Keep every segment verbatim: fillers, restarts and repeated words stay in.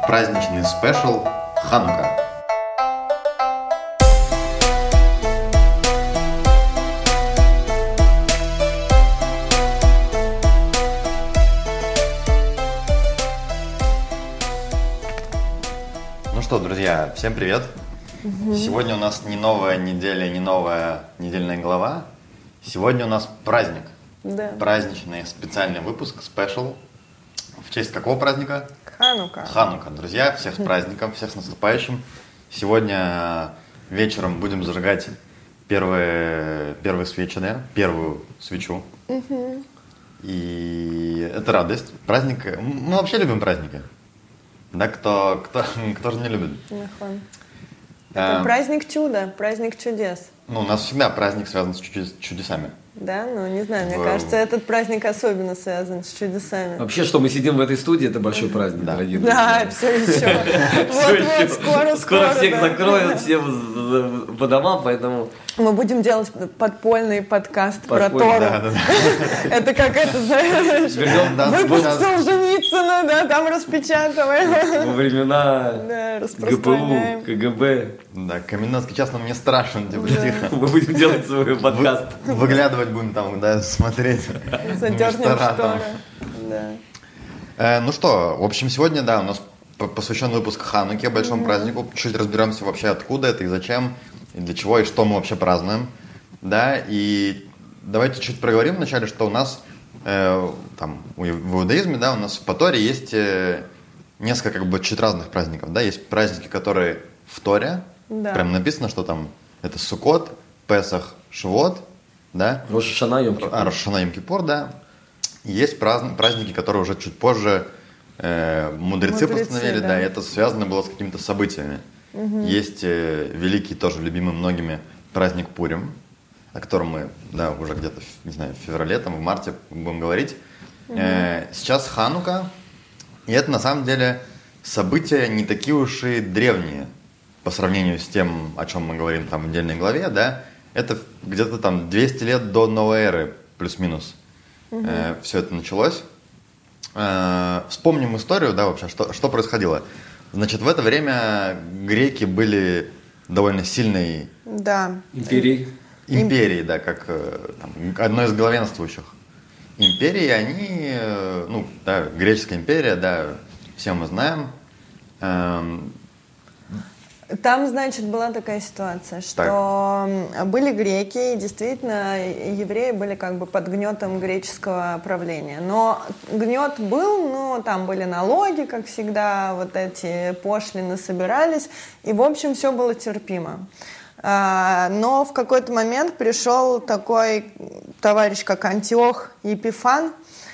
праздничный спешл Ханука. Ну что, друзья, всем привет! Угу. Сегодня у нас не новая неделя, не новая недельная глава. Сегодня у нас праздник. Да. Праздничный специальный выпуск, спешл. В честь какого праздника? Ханука. Ханука. Друзья, всех с праздником, всех с наступающим. Сегодня вечером будем зажигать первые, первые свечи, да? Первую свечу. Угу. И это радость. Праздник. Мы вообще любим праздники. Да, кто, кто, кто же не любит? Нахон. Это а, праздник чуда, праздник чудес. Ну, у нас всегда праздник связан с чудесами. Да, ну не знаю, мне в... кажется, этот праздник особенно связан с чудесами. Вообще, что мы сидим в этой студии, это большой праздник, да. дорогие друзья. Да, все еще. Вот-вот, скоро, скоро всех закроют, все по домам, поэтому... Мы будем делать подпольный подкаст про Тору. Это как это, знаешь, выпуск Солженицына, да, там распечатываем. Во времена ГПУ, КГБ. Да, комендантский час, но мне страшно, типа, тихо. Мы будем делать свой подкаст. Выглядывать будем там, да, смотреть. Задернем шторы. Да. Ну что, в общем, сегодня, да, у нас посвящен выпуск Хануке, большому mm-hmm. празднику. Чуть разберемся вообще, откуда это и зачем, и для чего, и что мы вообще празднуем. Да, и давайте чуть проговорим вначале, что у нас э, там в иудаизме, да, у нас в Торе есть э, несколько как бы чуть разных праздников. Да, есть праздники, которые в Торе, да. Прям написано, что там это Суккот, Песах, Шивот, да. Рош ха-Шана, Йом Кипур. А, Рош ха-Шана, Йом Кипур, да. И есть праздники, праздники, которые уже чуть позже э, мудрецы, мудрецы постановили, да. да, и это связано было с какими-то событиями. Угу. Есть э, великий, тоже любимый многими праздник Пурим, о котором мы, да, уже где-то, не знаю, в феврале, там, в марте будем говорить. Угу. Э, сейчас Ханука, и это на самом деле события не такие уж и древние по сравнению с тем, о чем мы говорим там в отдельной главе, да. Это где-то там двести лет до новой эры, плюс-минус. Угу. Э, все это началось. Э, вспомним историю, да, вообще, что, что происходило. Значит, в это время греки были довольно сильной да. империей. Империей, да, как там, одной из главенствующих империй. Они, ну, да, греческая империя, да, все мы знаем. Э, Там, значит, была такая ситуация, что так. были греки, и действительно евреи были как бы под гнетом греческого правления. Но гнет был, ну, там были налоги, как всегда, вот эти пошлины собирались, и, в общем, все было терпимо. Но в какой-то момент пришел такой товарищ, как Антиох Епифан,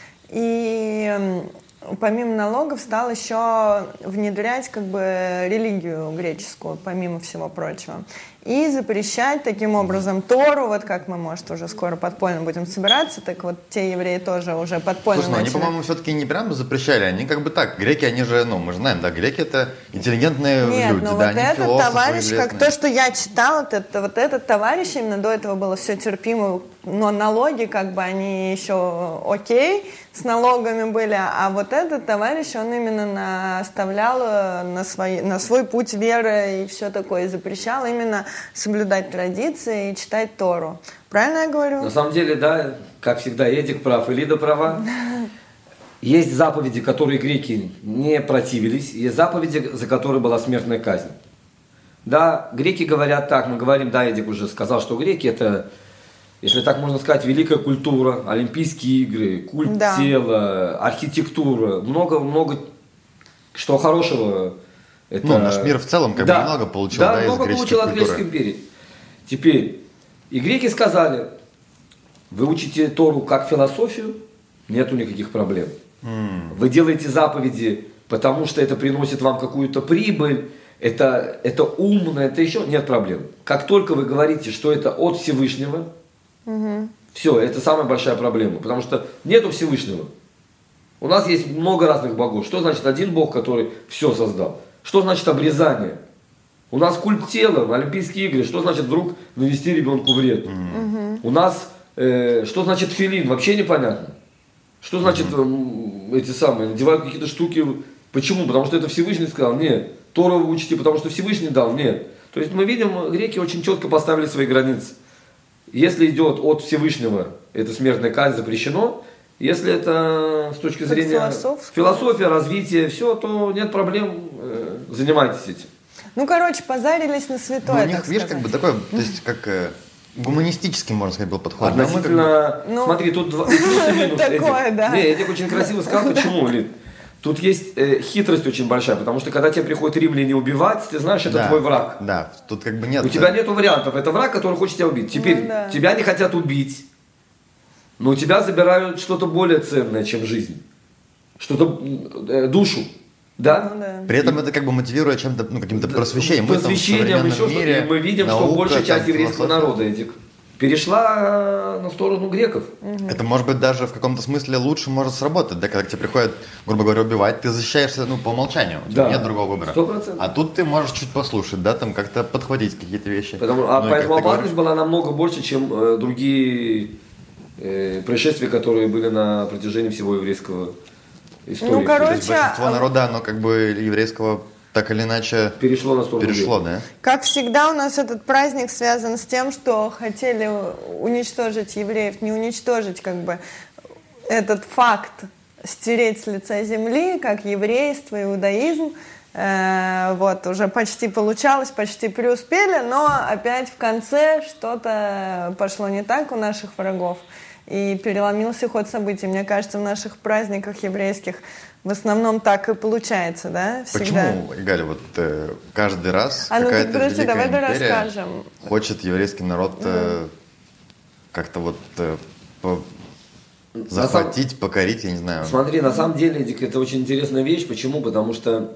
и... помимо налогов стал еще внедрять как бы религию греческую, помимо всего прочего. И запрещать таким образом Тору, вот как мы, может, уже скоро подпольно будем собираться, так вот те евреи тоже уже подпольно Слушай, ну, начали. они, по-моему, все-таки не прямо запрещали, они как бы так, греки, они же, ну, мы же знаем, да, греки это интеллигентные Нет, люди, ну, да, вот они этот философы товарищ, известные. как то, что я читала, это, вот этот товарищ, именно до этого было все терпимо, но налоги, как бы, они еще окей, с налогами были, а вот этот товарищ, он именно наставлял на, свои, на свой путь веры и все такое, и запрещал именно соблюдать традиции и читать Тору. Правильно я говорю? На самом деле, да, как всегда, Эдик прав, и Лида права. Есть заповеди, которые греки не противились, есть заповеди, за которые была смертная казнь. Да, греки говорят так, мы говорим, да, Эдик уже сказал, что греки это, если так можно сказать, великая культура, Олимпийские игры, культ да. тела, архитектура, много-много что хорошего. Это... Ну, наш мир в целом как да, бы много получил, да, да, много из греческой получил от культуры. греческой империи. Теперь, и греки сказали, вы учите Тору как философию, нету никаких проблем. Mm. Вы делаете заповеди, потому что это приносит вам какую-то прибыль, это, это умно, это еще, нет проблем. Как только вы говорите, что это от Всевышнего, mm-hmm. все, это самая большая проблема, потому что нету Всевышнего. У нас есть много разных богов. Что значит один бог, который все создал? Что значит обрезание? У нас культ тела, Олимпийские игры. Что значит вдруг нанести ребенку вред? Mm-hmm. У нас, э, что значит филин? Вообще непонятно. Что значит mm-hmm. э, эти самые, надевают какие-то штуки Почему? Потому что это Всевышний сказал? Нет. Тору вы учите, потому что Всевышний дал? Нет. То есть мы видим, греки очень четко поставили свои границы. Если идет от Всевышнего, это смертная казнь, запрещено. Если это с точки зрения философии, развития, все, то нет проблем, занимайтесь этим. Ну, короче, позарились на святое. Ну, у них, видишь, как бы такой, то есть, как э, гуманистический, можно сказать, был подход. Относительно, как бы... ну, смотри, тут два плюсы и минусы. Такое, да. Не, я тебе очень красиво сказал, почему, Лид. Тут есть э, хитрость очень большая, потому что когда тебе приходят римляне убивать, ты знаешь, это да, твой враг. Да, тут как бы нет... У тебя нет вариантов, это враг, который хочет тебя убить. Теперь ну, да. тебя не хотят убить, но у тебя забирают что-то более ценное, чем жизнь. Что-то, э, душу. Да? Ну, да. При этом это как бы мотивирует чем-то, ну, каким-то просвещением. Просвещением, еще что-то. Мы видим, наука, что большая часть еврейского народа этих перешла на сторону греков. Угу. Это может быть даже в каком-то смысле лучше может сработать, да, когда к тебе приходят, грубо говоря, убивать, ты защищаешься, ну, по умолчанию, у тебя да. нет другого выбора. сто процентов. А тут ты можешь чуть послушать, да, там как-то подхватить какие-то вещи. Потому, а ну, поэтому опасность была намного больше, чем э, другие э, происшествия, которые были на протяжении всего еврейского истории. Ну, короче, большинство а... народа, оно как бы еврейского так или иначе перешло на сторону перешло, да? Как всегда у нас этот праздник связан с тем, что хотели уничтожить евреев, не уничтожить как бы этот факт, стереть с лица земли, как еврейство, иудаизм. Э, вот, уже почти получалось, почти преуспели, но опять в конце что-то пошло не так у наших врагов. И переломился ход событий. Мне кажется, в наших праздниках еврейских в основном так и получается, да? Всегда. Почему, Галя, вот э, каждый раз а, какая-то ну, подожди, великая давай империя расскажем. хочет еврейский народ э, mm. как-то вот э, по... захватить, сам... покорить, я не знаю. Смотри, на самом деле, Эдик, это очень интересная вещь. Почему? Потому что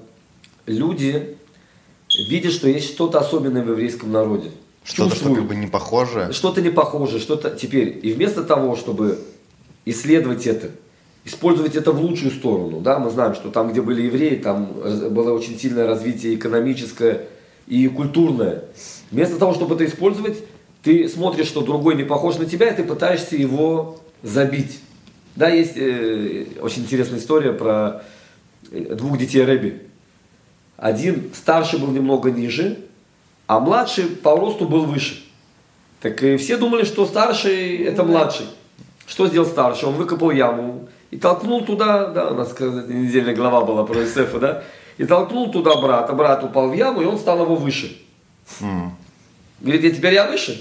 люди видят, что есть что-то особенное в еврейском народе. Что-то, что как бы не похоже. Что-то не похоже, что-то теперь. И вместо того, чтобы исследовать это, использовать это в лучшую сторону, да, мы знаем, что там, где были евреи, там было очень сильное развитие экономическое и культурное. Вместо того, чтобы это использовать, ты смотришь, что другой не похож на тебя, и ты пытаешься его забить. Да, есть э, очень интересная история про двух детей Рэби. Один старший был немного ниже, а младший по росту был выше. Так и все думали, что старший это младший. Что сделал старший? Он выкопал яму и толкнул туда, да, у нас недельная глава была про Иосифа, да, и толкнул туда брата. Брат упал в яму, и он стал его выше. Mm. Говорит, я теперь я выше.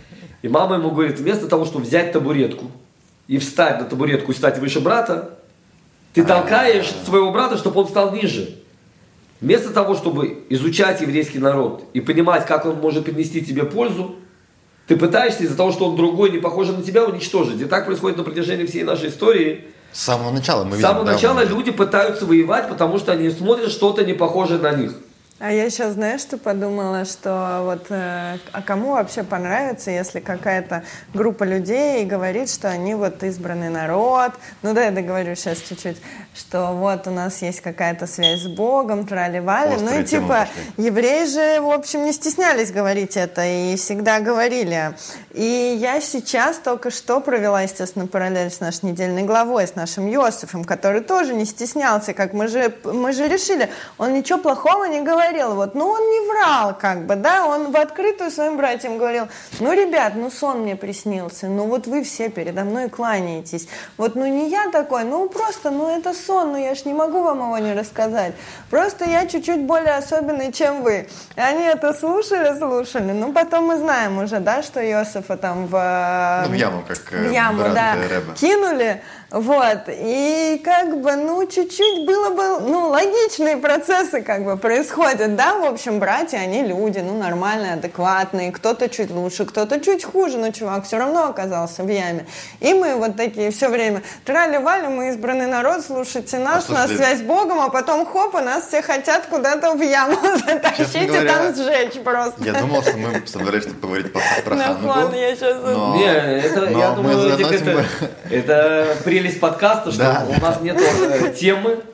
И мама ему говорит, вместо того, чтобы взять табуретку и встать на табуретку и стать выше брата, ты толкаешь своего брата, чтобы он стал ниже. Вместо того, чтобы изучать еврейский народ и понимать, как он может принести тебе пользу, ты пытаешься из-за того, что он другой, не похож на тебя, уничтожить. И так происходит на протяжении всей нашей истории. С самого начала мы видим. С самого да, начала мы... люди пытаются воевать, потому что они смотрят что-то не похожее на них. А я сейчас, знаешь, что подумала, что вот, э, а кому вообще понравится, если какая-то группа людей говорит, что они вот избранный народ, ну да, я договорю сейчас чуть-чуть, что вот у нас есть какая-то связь с Богом, трали-вали, ну и типа пошли. Евреи же, в общем, не стеснялись говорить это и всегда говорили. И я сейчас только что провела, естественно, параллель с нашей недельной главой, с нашим Йосифом, который тоже не стеснялся, как мы же, мы же решили, он ничего плохого не говорил. Вот, ну он не врал, как бы, да, он в открытую своим братьям говорил, ну, ребят, ну сон мне приснился, ну вот вы все передо мной кланяетесь, вот, ну не я такой, ну просто, ну это сон, ну я ж не могу вам его не рассказать, просто я чуть-чуть более особенный, чем вы. И они это слушали, слушали, ну потом мы знаем уже, да, что Иосифа там в... Ну, в яму, как в яму, да, Рэба. Кинули. Вот, и как бы, ну, чуть-чуть было бы, ну, логичные процессы как бы происходят, да, в общем, братья, они люди, ну, нормальные, адекватные, кто-то чуть лучше, кто-то чуть хуже, но чувак все равно оказался в яме. И мы вот такие все время трали-вали, мы избранный народ, слушайте нас, у нас связь с Богом, а потом хоп, и нас все хотят куда-то в яму затащить и там сжечь просто. Я думал, что мы собрались, чтобы поговорить про Хануку. Ну, ладно, я сейчас... Не, это, я думаю, это прелесть подкаста, что да. у нас нет темы,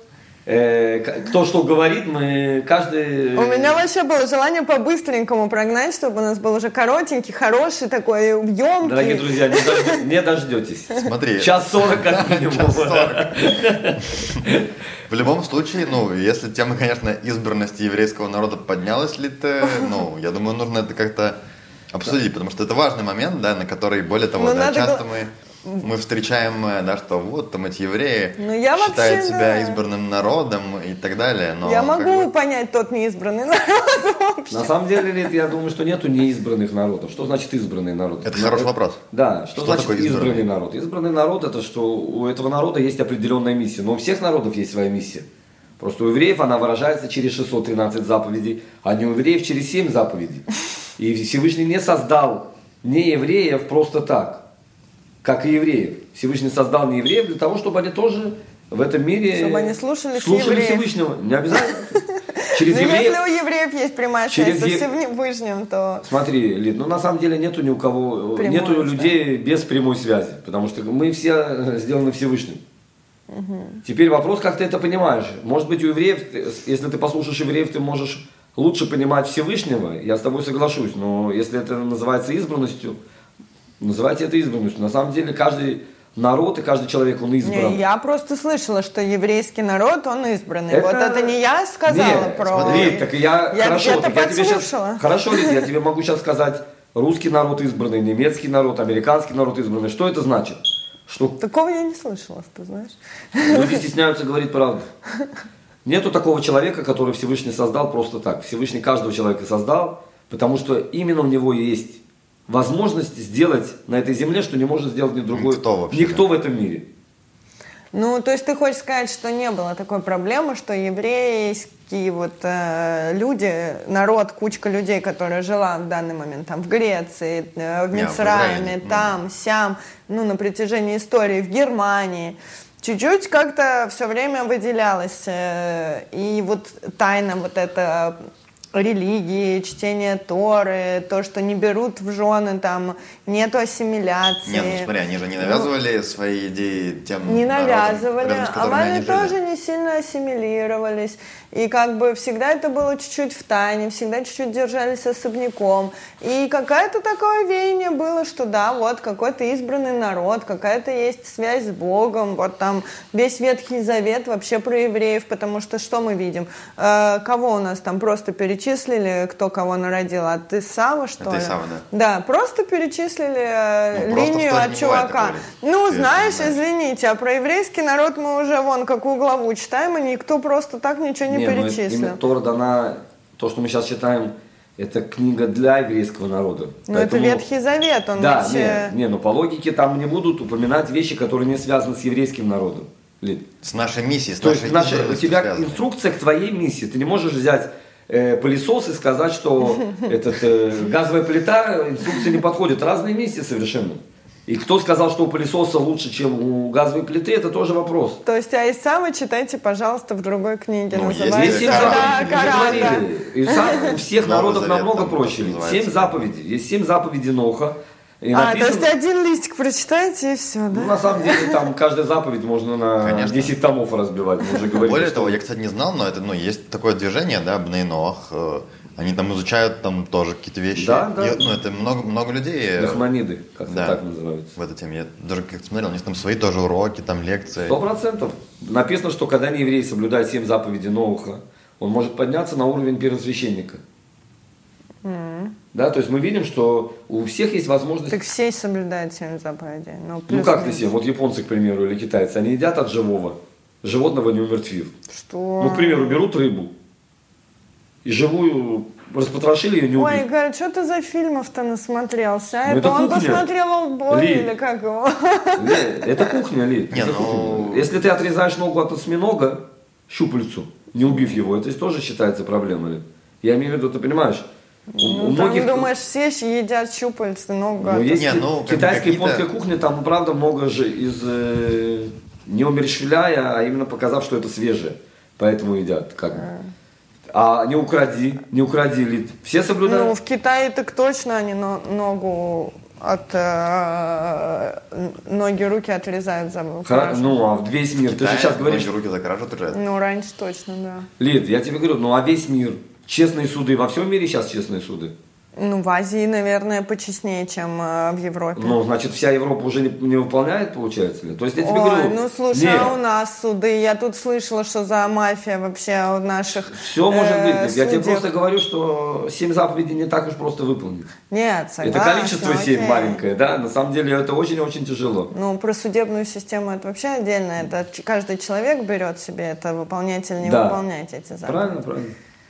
э, кто что говорит, мы каждый... У меня вообще было желание по-быстренькому прогнать, чтобы у нас был уже коротенький, хороший такой, емкий. Дорогие друзья, не, дождетесь, не дождетесь. Смотри. Час сорок как минимум. Час сорок. В любом случае, ну, если тема, конечно, избранности еврейского народа поднялась ли-то, ну, я думаю, нужно это как-то обсудить, потому что это важный момент, да, на который, более того, да, часто го... мы... Мы встречаем, да, что вот там эти евреи ну, я считают вообще, себя да. избранным народом и так далее. Но я могу бы... понять тот неизбранный народ. На самом деле, я думаю, что нету неизбранных народов. Что значит избранный народ? Это хороший вопрос. Да, что, что значит избранный? избранный народ? Избранный народ это что у этого народа есть определенная миссия. Но у всех народов есть своя миссия. Просто у евреев она выражается через шестьсот тринадцать заповедей, а не у евреев через семь заповедей. И Всевышний не создал не евреев просто так. Как и евреев. Всевышний создал не евреев для того, чтобы они тоже в этом мире чтобы они слушали, слушали Всевышнего. Не обязательно. Через евреев, если у евреев есть прямая связь со Всевышним, то... Смотри, Лид, ну на самом деле нету ни у кого, прямой, нету людей без прямой связи, потому что мы все сделаны Всевышним. Угу. Теперь вопрос, как ты это понимаешь. Может быть, у евреев, если ты послушаешь евреев, ты можешь лучше понимать Всевышнего, я с тобой соглашусь, но если это называется избранностью, называйте это избранностью. На самом деле каждый народ и каждый человек, он избран. Не, я просто слышала, что еврейский народ, он избранный. Это... Вот это не я сказала Нет, про... Смотри, так я... Я хорошо, так я тебе сейчас... Хорошо, Лид, я тебе могу сейчас сказать, русский народ избранный, немецкий народ, американский народ избранный. Что это значит? Что... Такого я не слышала, ты знаешь. Люди стесняются говорить правду. Нету такого человека, который Всевышний создал просто так. Всевышний каждого человека создал, потому что именно у него есть возможность сделать на этой земле, что не может сделать ни другой, никто, вообще, никто да. в этом мире. Ну, то есть ты хочешь сказать, что не было такой проблемы, что еврейские вот э, люди, народ, кучка людей, которая жила в данный момент там в Греции, э, в Мицрайме, там, сям, ну, на протяжении истории, в Германии, чуть-чуть как-то все время выделялось. Э, и вот тайна вот эта... религии, чтение Торы, то, что не берут в жены, там, нету ассимиляции. Нет, ну смотри, они же не навязывали ну, свои идеи тем Не навязывали, народам, а они тоже жили. не сильно ассимилировались. И как бы всегда это было чуть-чуть в тайне, всегда чуть-чуть держались особняком. И какое-то такое веяние было, что да, вот какой-то избранный народ, какая-то есть связь с Богом, вот там весь Ветхий Завет вообще про евреев, потому что что мы видим? Э, кого у нас там просто перечислили, кто кого народил? От Исава, что это ли? Исава, да. Да, просто перечислили ну, линию просто от чувака. Ну, Ты знаешь, извините, а про еврейский народ мы уже вон какую главу читаем, и никто просто так ничего не, не перечислил. Именно Тора дана, то, что мы сейчас читаем, это книга для еврейского народа. Ну, это Ветхий Завет, он да, вообще... не, не, но по логике там не будут упоминать вещи, которые не связаны с еврейским народом. Лид. С нашей миссией, с то нашей есть наша, у тебя связаны. Инструкция к твоей миссии. Ты не можешь взять э, пылесос и сказать, что этот, э, газовая плита, инструкция не подходит. Разные миссии совершенно. И кто сказал, что у пылесоса лучше, чем у газовой плиты, это тоже вопрос. То есть, а Исава читайте, пожалуйста, в другой книге. Ну, называется есть да, Коран. Да. Исав у всех народов Завет, намного там, проще. Семь заповедей. Есть семь заповедей Ноха. И а, написано... то есть один листик прочитайте и все, да? Ну, на самом деле, там каждая заповедь можно на Конечно. десять томов разбивать. Мы уже говорили, Более что... того, я, кстати, не знал, но это, ну, есть такое движение, да, Бней Ноах. Они там изучают там тоже какие-то вещи. Да, да. И, ну, это много, много людей. Нахманиды, как-то да, так называются. В этой теме. Я даже как-то смотрел, у них там свои тоже уроки, там лекции. Сто процентов. Написано, что когда нееврей соблюдает семь заповедей Ноаха, он может подняться на уровень первосвященника. Mm. Да, то есть мы видим, что у всех есть возможность... Так все соблюдают семь заповедей. Ну как ты семь? Вот японцы, к примеру, или китайцы, они едят от живого, животного не умертвив. Что? Ну, к примеру, берут рыбу и живую распотрошили ее, не убив. Ой, Игорь, что ты за фильмов-то насмотрелся? А ну, это, это он кухня. посмотрел «Олдбой» или как его? Ли, это кухня, Ли. Не, это ну... кухня. Если ты отрезаешь ногу от осьминога, щупальцу, не убив его, это тоже считается проблемой. Я имею в виду, ты понимаешь? У, ну, у многих... Ты думаешь, все едят щупальцы, ногу? Ну, есть не, ну, китайская, японская кухня, там, правда, много же из... Э, не умерщвляя, а именно показав, что это свежее. Поэтому едят. Как а. а не укради, не укради, Лид. Все соблюдают? Ну, в Китае так точно они ногу от э, ноги, руки отрезают за Хра- Ну, а весь мир, ты же сейчас говоришь... ноги, руки за кражу отрезают. Ну, раньше точно, да. Лид, я тебе говорю, ну а весь мир, честные суды, во всем мире сейчас честные суды? Ну, в Азии, наверное, почестнее, чем э, в Европе. Ну, значит, вся Европа уже не, не выполняет, получается ли? То есть я тебе Ой, говорю... ну слушай, нет. а у нас суды, я тут слышала, что за мафия вообще у наших Все может э, быть. Я тебе судеб. просто говорю, что семь заповедей не так уж просто выполнить. Нет, согласна. Это количество семь окей. маленькое, да? На самом деле это очень-очень тяжело. Ну, про судебную систему это вообще отдельно. Это ч- каждый человек берет себе это, выполнять или не Да. выполнять эти заповеди. Правильно, правильно.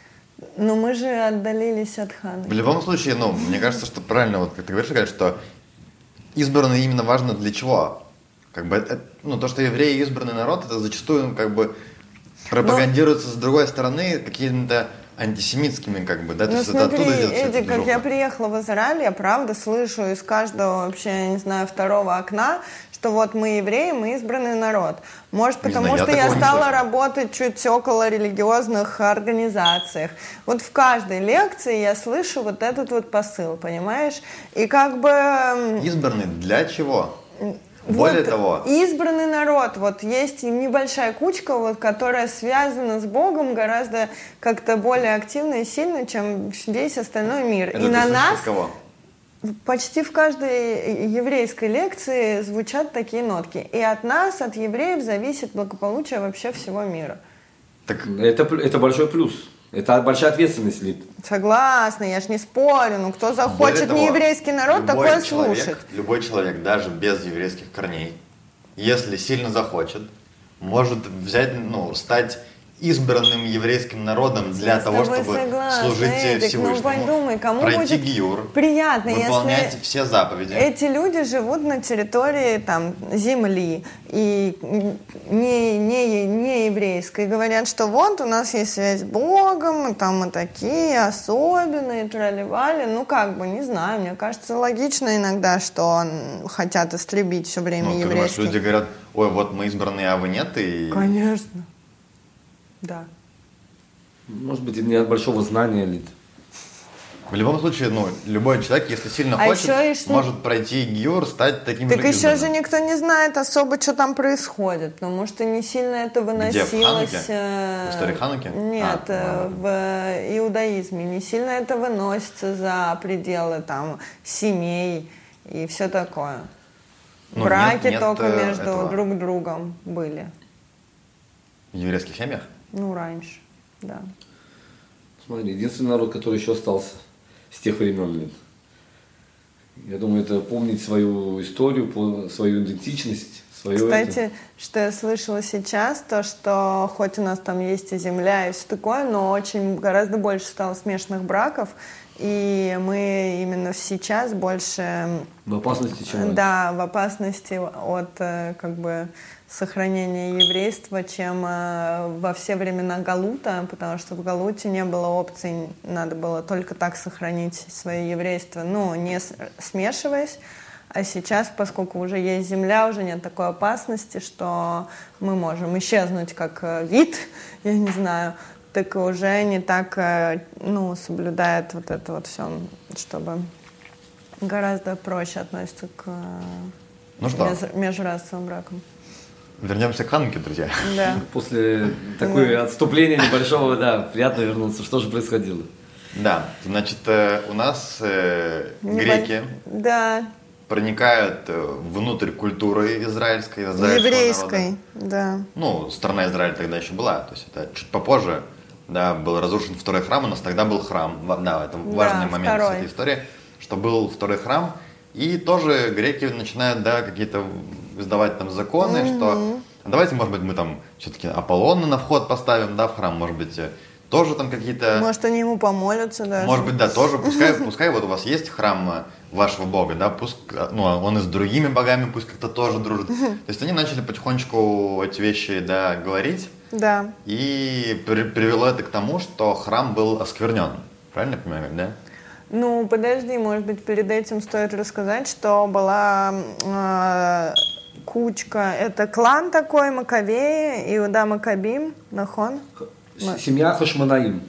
Но мы же отдалились от Ханы. В любом случае, ну, мне кажется, что правильно, вот как ты говоришь, Галь, что избранный именно важно для чего? Как бы, это, ну, то, что евреи избранный народ, это зачастую, ну, как бы, пропагандируется, Но... с другой стороны, какими-то антисемитскими, как бы, да, то ну есть смотри, это оттуда идет вся Эдик, эта как жопа. я приехала в Израиль, я правда слышу из каждого вообще, я не знаю, второго окна, что вот мы евреи, мы избранный народ. Может, Не потому знаю, что я я такого не стала слышал. работать чуть около религиозных организациях. Вот в каждой лекции я слышу вот этот вот посыл, понимаешь? И как бы... Избранный для чего? Более вот того, избранный народ, вот есть небольшая кучка, вот, которая связана с Богом гораздо как-то более активно и сильно, чем весь остальной мир. это и ты на слышишь нас от кого? почти в каждой еврейской лекции звучат такие нотки. И от нас, от евреев, зависит благополучие вообще всего мира. Так, Это, это большой плюс. Это большая ответственность, Лид. Согласна, я ж не спорю, ну кто более захочет того, нееврейский народ любой такое человек, слушать? Любой человек, даже без еврейских корней, если сильно захочет, может взять, ну, стать избранным еврейским народом для Я с того, тобой чтобы согласна, служить Эдик, Всевышнему, ну подумай, кому пройти будет гиюр, приятно, выполнять если все заповеди. эти люди живут на территории там, земли и не, не, не еврейской. Говорят, что вот у нас есть связь с Богом, и там мы такие особенные, тролливали. Ну как бы, не знаю, мне кажется логично иногда, что хотят истребить все время Ну, ты думаешь, еврейский. люди говорят, ой, вот мы избранные, а вы нет, и... Конечно. Да. Может быть, и не от большого знания, Лид. В любом случае, ну, любой человек, если сильно А хочет, еще и что- может пройти гиюр, стать таким Так же еще же избранным. никто не знает особо, что там происходит, потому что не сильно это выносилось. Где, в Хануке? э, В истории Хануки? Нет, А, э, ладно. в иудаизме не сильно это выносится за пределы там семей и все такое. Ну, Браки нет- нет, только э, между этого. друг другом были. В еврейских семьях? Ну, раньше, да. Смотри, единственный народ, который еще остался с тех времен, Лид. Я думаю, это помнить свою историю, по- свою идентичность, свое Кстати, это. что я слышала сейчас, то, что хоть у нас там есть и земля, и все такое, но очень гораздо больше стало смешанных браков, и мы именно сейчас больше... В опасности, чем раньше. Да, в опасности от э, как бы сохранения еврейства, чем э, во все времена Галута, потому что в Галуте не было опций, надо было только так сохранить свое еврейство, ну, не с- смешиваясь. А сейчас, поскольку уже есть земля, уже нет такой опасности, что мы можем исчезнуть как э, вид, я не знаю, так уже не так, э, ну, соблюдает вот это вот все, чтобы гораздо проще относится к э, Ну что? меж- межрасовым бракам. Вернемся к Хануке, друзья. Да. После такой отступления небольшого, да, приятно вернуться. Что же происходило? Да, значит, э, у нас э, Не греки бо- Да, проникают э, внутрь культуры израильской, израильского еврейской, народа. да. Ну, страна Израиль тогда еще была, то есть это чуть попозже, да, был разрушен второй храм, у нас тогда был храм, Ва- да, это важный Да, момент второй. всей этой истории, что был второй храм, и тоже греки начинают, да, какие-то издавать там законы, Мгм. что давайте, может быть, мы там все-таки Аполлона на вход поставим, да, в храм, может быть, э, тоже там какие-то... Может, они ему помолятся даже. Может быть, да, тоже, пускай, пускай вот у вас есть храм э, вашего бога, да, пусть, э, ну, он и с другими богами пусть как-то тоже дружит. То есть они начали потихонечку эти вещи, да, говорить, Да. и при- привело это к тому, что храм был осквернен. Правильно я понимаю, да? Ну, подожди, может быть, перед этим стоит рассказать, что была э, кучка, это клан такой, Маковеи, Иуда Макабим, Нахон. С- Семья Хашманаим.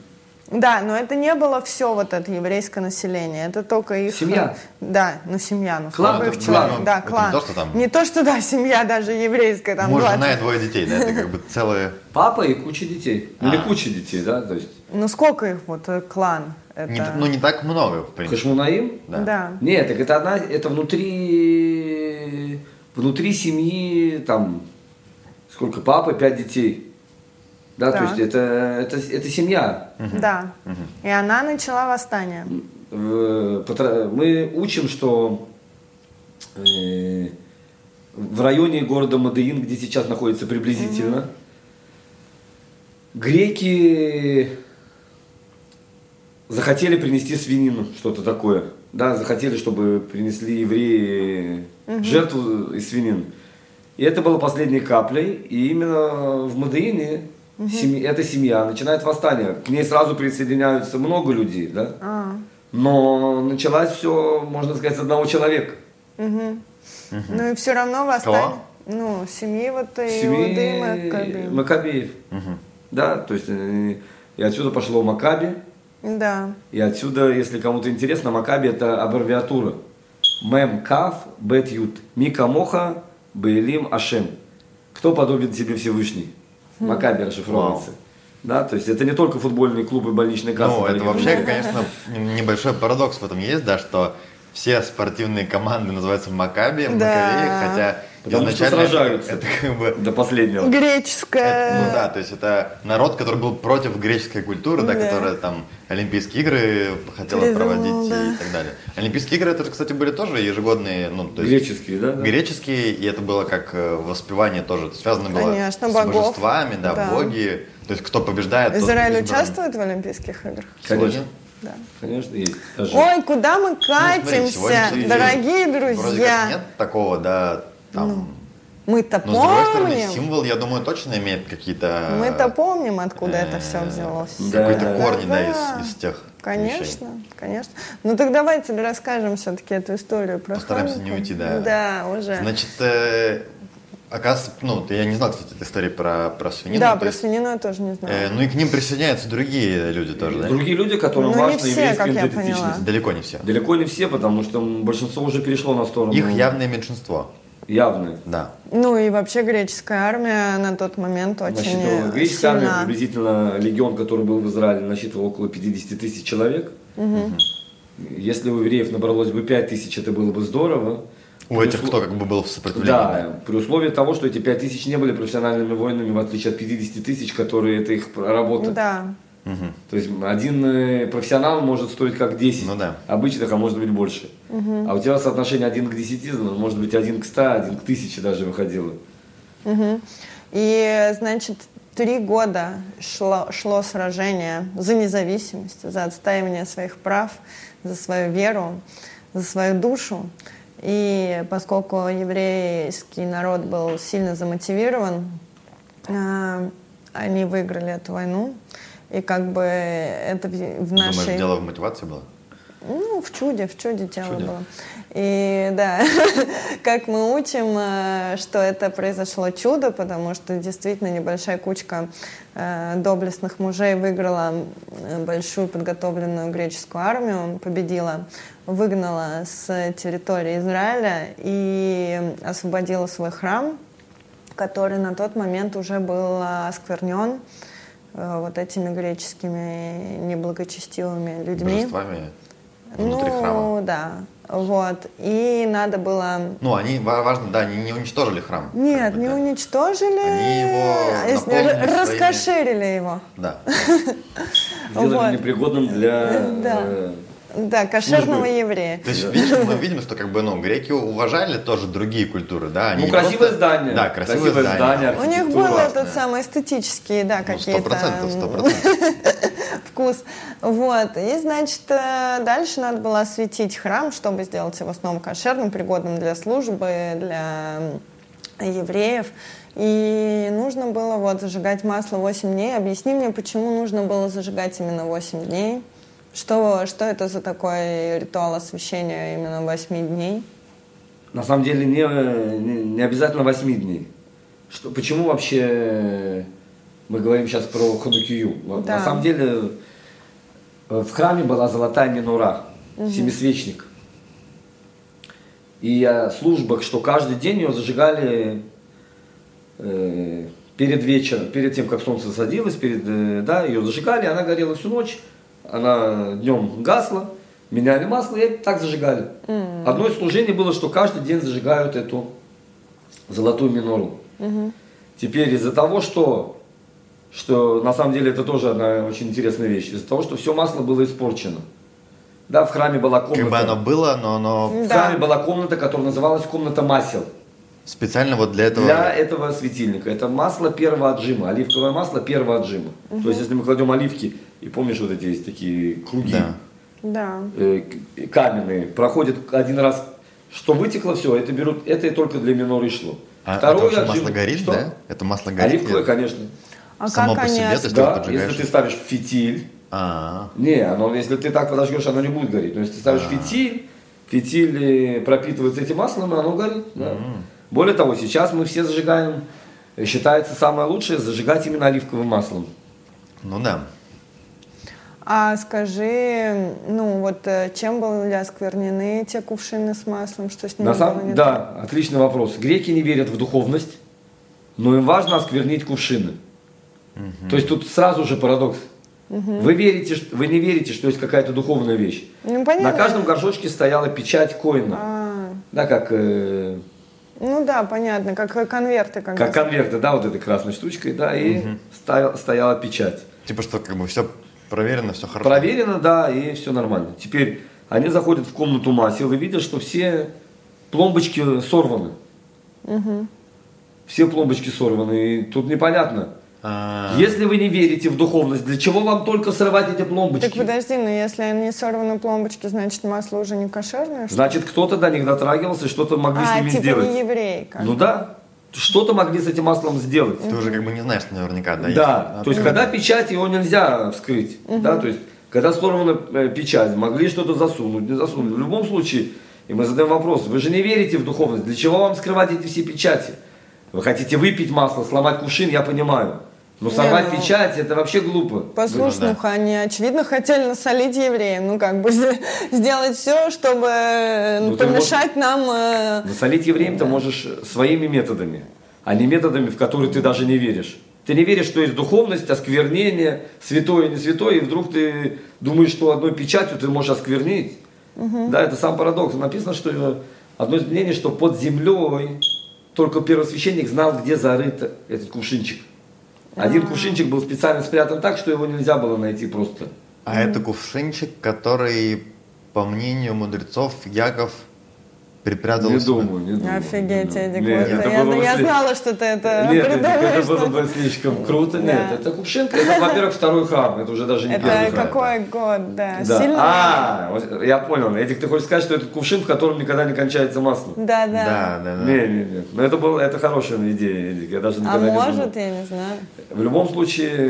Да, но это не было все вот это еврейское население, это только их... Семья. Да, ну семья, ну клан, сколько это, их человек, клан, да, это клан. не то, что там... Не то, что, да, семья даже еврейская, там Муж, двадцать. жена и двое детей, да, это как бы целые... Папа и куча детей. А. Или куча детей, да, то есть... Ну сколько их вот, э, клан? Это... Не, ну не так много, в принципе. Хашмунаим? Да. Да. Нет, так это одна, это внутри, внутри семьи, там, сколько, папа, пять детей. Да, Так. то есть это, это, это семья. Да. И она начала восстание. Э, потра- Мы учим, что э, в районе города Модеин, где сейчас находится приблизительно, греки захотели принести свинину, что-то такое. Да, захотели, чтобы принесли евреи жертву из свинины. И это было последней каплей. И именно в Модеине семь- эта семья начинает восстание. К ней сразу присоединяются много людей, да? А. Но началось все, можно сказать, с одного человека. Ну и все равно восстание. Ну, семьи вот Иуды Маккабеев. Маккабеев. Да, то есть э, и отсюда пошло Маккаби. Да. И отсюда, если кому-то интересно, Маккаби это аббревиатура. Мем Кав Бет Ют. Мика Моха Бейлим Ашем. Кто подобен тебе Всевышний? Маккаби расшифровывается. Да, то есть это не только футбольный клуб и больничный касса. Ну, это дорогие вообще, друзья. конечно, небольшой парадокс в этом есть, да, что все спортивные команды называются Маккаби, Да. Маккавеи, хотя Потому что изначально сражаются. это как бы... До последнего. Греческая. Ну да, то есть это народ, который был против греческой культуры, да, Да. которая там Олимпийские игры хотела Придумал, проводить да. и так далее. Олимпийские игры, это, кстати, были тоже ежегодные, ну, то есть Греческие, да? да? греческие, и это было как э, воспевание тоже, это связано было Конечно, с богов. божествами, да, Да. боги, то есть кто побеждает, тот Израиль избран. участвует в Олимпийских играх? Конечно. Да. Конечно, есть. Даже- Ой, куда мы Ну, смотри, катимся, сегодняшний день дорогие Вроде друзья? как нет такого, да, там... Мы-то Но с другой стороны, помним. символ, я думаю, точно имеет какие-то... Мы-то помним, откуда э, это все взялось. Да. Какие-то корни, да, Да. из, из тех вещей. Конечно, конечно. Ну так давайте расскажем все-таки эту историю про Постараемся Хануку. не уйти, да. Да, уже. Значит, э, оказывается, ну, я не знал, кстати, этой истории про, про свинину. да, то про есть, свинину я тоже не знала. э, ну и к ним присоединяются другие люди тоже, да? Другие люди, которым Ну, не важна все, еврейская как я идентичность. поняла. Далеко не все. Далеко не все, потому что большинство уже перешло на сторону Их явное меньшинство, явное. да. Ну и вообще греческая армия на тот момент очень Насчитывала- Греческая армия, сильна. приблизительно легион, который был в Израиле, насчитывал около пятьдесят тысяч человек. Если у евреев набралось бы пять тысяч, это было бы здорово. У При этих услов- кто как бы был в сопротивлении. Да, при условии того, что эти пять тысяч не были профессиональными воинами, в отличие от пятидесяти тысяч, которые это их работа. Да. Мгм. То есть один э, профессионал может стоить как десять Ну да. обычных, а может быть больше. А у тебя соотношение один к десяти, ну, может быть один к ста, один к тысяче даже выходило. Мгм. И, значит, три года шло, шло сражение за независимость, за отстаивание своих прав, за свою веру, за свою душу. И поскольку еврейский народ был сильно замотивирован, э, они выиграли эту войну. И как бы это в в нашей... Думаешь, дело в мотивации было? Ну, в чуде, в чуде дело чуде. было. И да, как мы учим, э, что это произошло чудо, потому что действительно небольшая кучка э, доблестных мужей выиграла э, большую подготовленную греческую армию, победила, выгнала с территории Израиля и освободила свой храм, который на тот момент уже был осквернен э, вот этими греческими неблагочестивыми людьми. Божествами внутри ну, храма. да, вот. И надо было... Ну, они, ва- важно, да, они не уничтожили храм. Нет, как бы, не да. уничтожили, Они его а если наполнили р- своими- раскошелили его. Да. Сделали Вот. непригодным для... Да. э, Да, кошерного Службы. еврея. То есть, видишь, мы видим, что как бы, ну, греки уважали тоже другие культуры, да? Они Ну, не красивое просто- здание. Да, красивое, здание. У них архитектура. был классная. этот самый эстетический, да, Ну, сто какие-то процентов, сто м, процентов. вкус. Вот. И, значит, э, дальше надо было осветить храм, чтобы сделать его снова кошерным, пригодным для службы, для м, евреев. И нужно было вот зажигать масло восемь дней. Объясни мне, почему нужно было зажигать именно восемь дней? Что, что это за такой ритуал освящения именно восьми дней? На самом деле не, не, не обязательно восьми дней. Что, почему вообще мы говорим сейчас про Ханукию? Да. На самом деле в храме была золотая минора, угу. семисвечник. И о службах, что каждый день ее зажигали э, перед вечером, перед тем, как солнце садилось, перед, э, да, ее зажигали, она горела всю ночь, она днем гасла, меняли масло и так зажигали. Mm-hmm. Одно из служений было, что каждый день зажигают эту золотую минору. Mm-hmm. Теперь из-за того, что, что на самом деле это тоже одна очень интересная вещь, из-за того, что все масло было испорчено. Да, в храме была комната. Как бы оно было, но оно... В храме да. была комната, которая называлась комната масел. Специально вот для этого? Для этого светильника. Это масло первого отжима, оливковое масло первого отжима. Угу. То есть, если мы кладем оливки, и помнишь, вот эти есть такие круги, да. Да. Э, каменные, проходят один раз, что вытекло, все, это берут, это только для миноры шло. А Второй это отжим, масло горит, что? Да? Это масло горит? Оливковое, конечно. А само как по себе, они... Да, если ты ставишь фитиль, А-а-а. не, оно, если ты так подожгешь, оно не будет гореть. Но если ты ставишь А-а-а. фитиль, фитиль пропитывается этим маслом, и оно горит. Да. Более того, сейчас мы все зажигаем, считается самое лучшее зажигать именно оливковым маслом. Ну да. А скажи, ну вот чем были осквернены те кувшины с маслом, что с ними На самом... было не Да, так? отличный вопрос. Греки не верят в духовность, но им важно осквернить кувшины. Угу. То есть тут сразу же парадокс. Угу. Вы, верите, вы не верите, что есть какая-то духовная вещь. Ну, понятно. На каждом горшочке стояла печать коина. А-а-а. Да, как... Э... Ну да, понятно, как конверты. Как, как конверты, да, вот этой красной штучкой, да, и угу. стояла, стояла печать. Типа что, как бы все проверено, все хорошо? Проверено, да, и все нормально. Теперь они заходят в комнату масел и видят, что все пломбочки сорваны. Угу. Все пломбочки сорваны, и тут непонятно. А-а-а. Если вы не верите в духовность, для чего вам только срывать эти пломбочки? Так подожди, но если они сорваны пломбочки, значит масло уже не кошерное? Значит, кто-то до них дотрагивался, и что-то могли а, с ними типа сделать. Не еврей, как ну да, что-то могли с этим маслом сделать. Ты уже как бы не знаешь наверняка, да? Да, есть. то есть, когда печать, его нельзя вскрыть, угу. да, то есть, когда сорвана печать, могли что-то засунуть, не засунуть. В любом случае, и мы задаем вопрос, вы же не верите в духовность, для чего вам скрывать эти все печати? Вы хотите выпить масло, сломать кувшин, я понимаю. Но сорвать не, ну, печать, это вообще глупо. Послушай, ну, да. Они, очевидно, хотели насолить евреям. Ну, как бы, сделать все, чтобы ну, помешать можешь... нам... Насолить евреям да. ты можешь своими методами, а не методами, в которые ты даже не веришь. Ты не веришь, что есть духовность, осквернение, святое, не святое, и вдруг ты думаешь, что одной печатью ты можешь осквернить. Угу. Да, это сам парадокс. Написано, что одно из мнений, что под землей только первосвященник знал, где зарыт этот кувшинчик. Один А-а-а. кувшинчик был специально спрятан так, что его нельзя было найти просто. А mm. это кувшинчик, который, по мнению мудрецов, Яков припрятал не в себя. Думаю, не думаю. Офигеть, Эдик. Нет, вот я, я слишком... знала, что ты это Нет, Эдик, это было бы слишком круто. Да. Нет, это кувшинка, это, во-первых, второй храм, это уже даже не это первый храм. Это какой год, да. да. Сильный. А, я понял. Эдик, ты хочешь сказать, что это кувшин, в котором никогда не кончается масло? Да, да. да, да, да. Не, не, не. Но это, был, это хорошая идея, Эдик, я даже никогда а не думал. А может, я не знаю. В любом случае,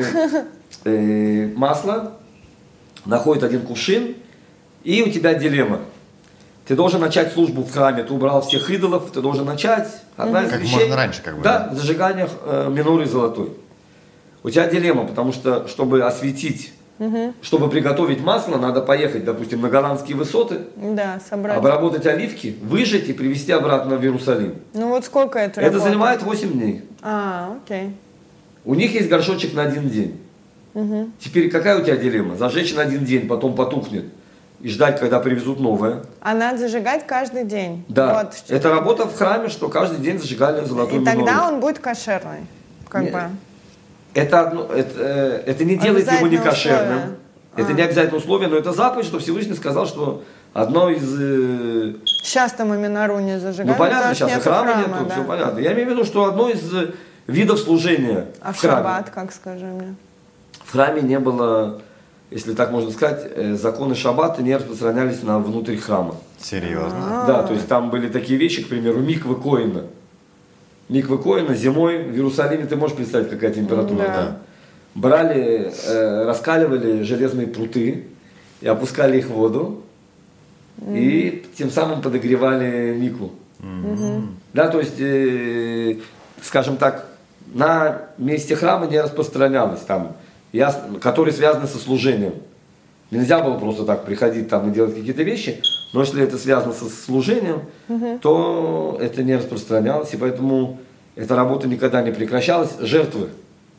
э, масло находит один кувшин, и у тебя дилемма. Ты должен начать службу в храме, ты убрал всех идолов, ты должен начать. Одна из как вещей, можно раньше, как бы. Да, зажигание э, миноры золотой. У тебя дилемма, потому что, чтобы осветить, угу. чтобы приготовить масло, надо поехать, допустим, на голландские высоты, да, собрать. обработать оливки, выжать и привезти обратно в Иерусалим. Ну вот сколько это Это работает? занимает восемь дней. А, окей. У них есть горшочек на один день. Угу. Теперь какая у тебя дилемма? Зажечь на один день, потом потухнет. И ждать, когда привезут новое. А надо зажигать каждый день. Да. Вот. Это работа в храме, что каждый день зажигали золотую минору. И тогда минору. Он будет кошерный. Как Нет. бы. Это, одно, это, это не делает его не кошерным. Условие. Это а. не обязательное условие, но это заповедь, что Всевышний сказал, что одно из... Сейчас-то мы минору не зажигаем. Ну понятно, сейчас и храма, храма нету, да. Все понятно. Я имею в виду, что одно из видов служения а в храме. А в шаббат, как скажи мне? В храме не было... Если так можно сказать, законы шаббата не распространялись на внутрь храма. Серьезно? А-а-а. Да, то есть там были такие вещи, к примеру, миквы Коэна. Миквы Коэна зимой в Иерусалиме, ты можешь представить, какая температура? Да. Да. Брали, э, раскаливали железные пруты и опускали их в воду. Mm-hmm. И тем самым подогревали микву. Mm-hmm. Да, то есть, э, скажем так, на месте храма не распространялось там. Ясно, которые связаны со служением. Нельзя было просто так приходить там и делать какие-то вещи, но если это связано со служением, угу. то это не распространялось, и поэтому эта работа никогда не прекращалась. Жертвы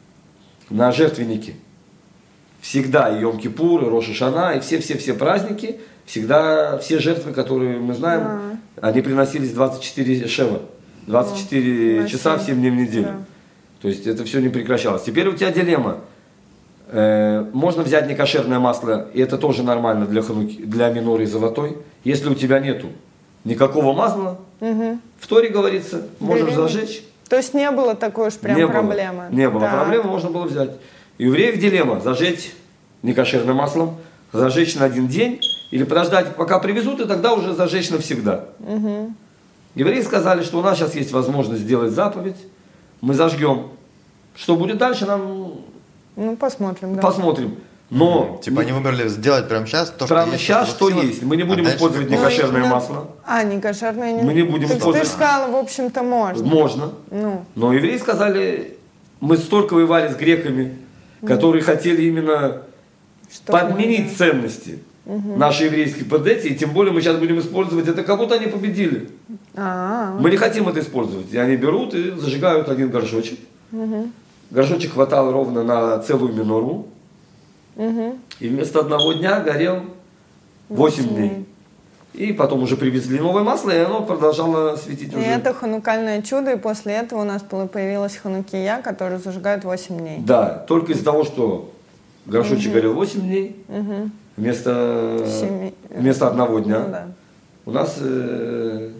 на жертвенники. Всегда и Йом-Кипур, и Рош ха-Шана, и все-все-все праздники, всегда все жертвы, которые мы знаем, да. они приносились двадцать четыре шева, двадцать четыре да. часа в семь дней в неделю. Да. То есть это все не прекращалось. Теперь у тебя дилемма. Э, можно взять некошерное масло, и это тоже нормально для, хануки, для миноры золотой. Если у тебя нету никакого масла, угу. в Торе говорится, можешь Дилемма. зажечь. То есть не было такой уж прям не проблемы? Было, не было да. проблемы, можно было взять. И у евреев дилемма: зажечь некошерным маслом, зажечь на один день, или подождать, пока привезут, и тогда уже зажечь навсегда. Угу. Евреи сказали, что у нас сейчас есть возможность сделать заповедь, мы зажгем. Что будет дальше, нам... Ну, посмотрим, да. Посмотрим. Но... Типа они выбрали сделать прямо сейчас то, прямо что есть. сейчас, что есть. Мы не будем а использовать некошерное ну, масло. А, некошерное не... Мы не будем так использовать. Ты же сказала, в общем-то, можно. Можно. Ну. Но евреи сказали, мы столько воевали с греками, которые mm. хотели именно что подменить можно? ценности. Угу. Наши еврейские поддети, и тем более мы сейчас будем использовать это, как будто они победили. А-а-а. Мы не хотим это использовать. И они берут и зажигают один горшочек. Угу. Горшочек хватал ровно на целую минору. Угу. И вместо одного дня горел восемь дней. И потом уже привезли новое масло, и оно продолжало светить. И уже. это ханукальное чудо, и после этого у нас появилась ханукия, которая зажигает восемь дней. Да, только из-за того, что горшочек угу. горел восемь дней, угу. вместо, Семи... вместо одного дня, ну, да. у нас э,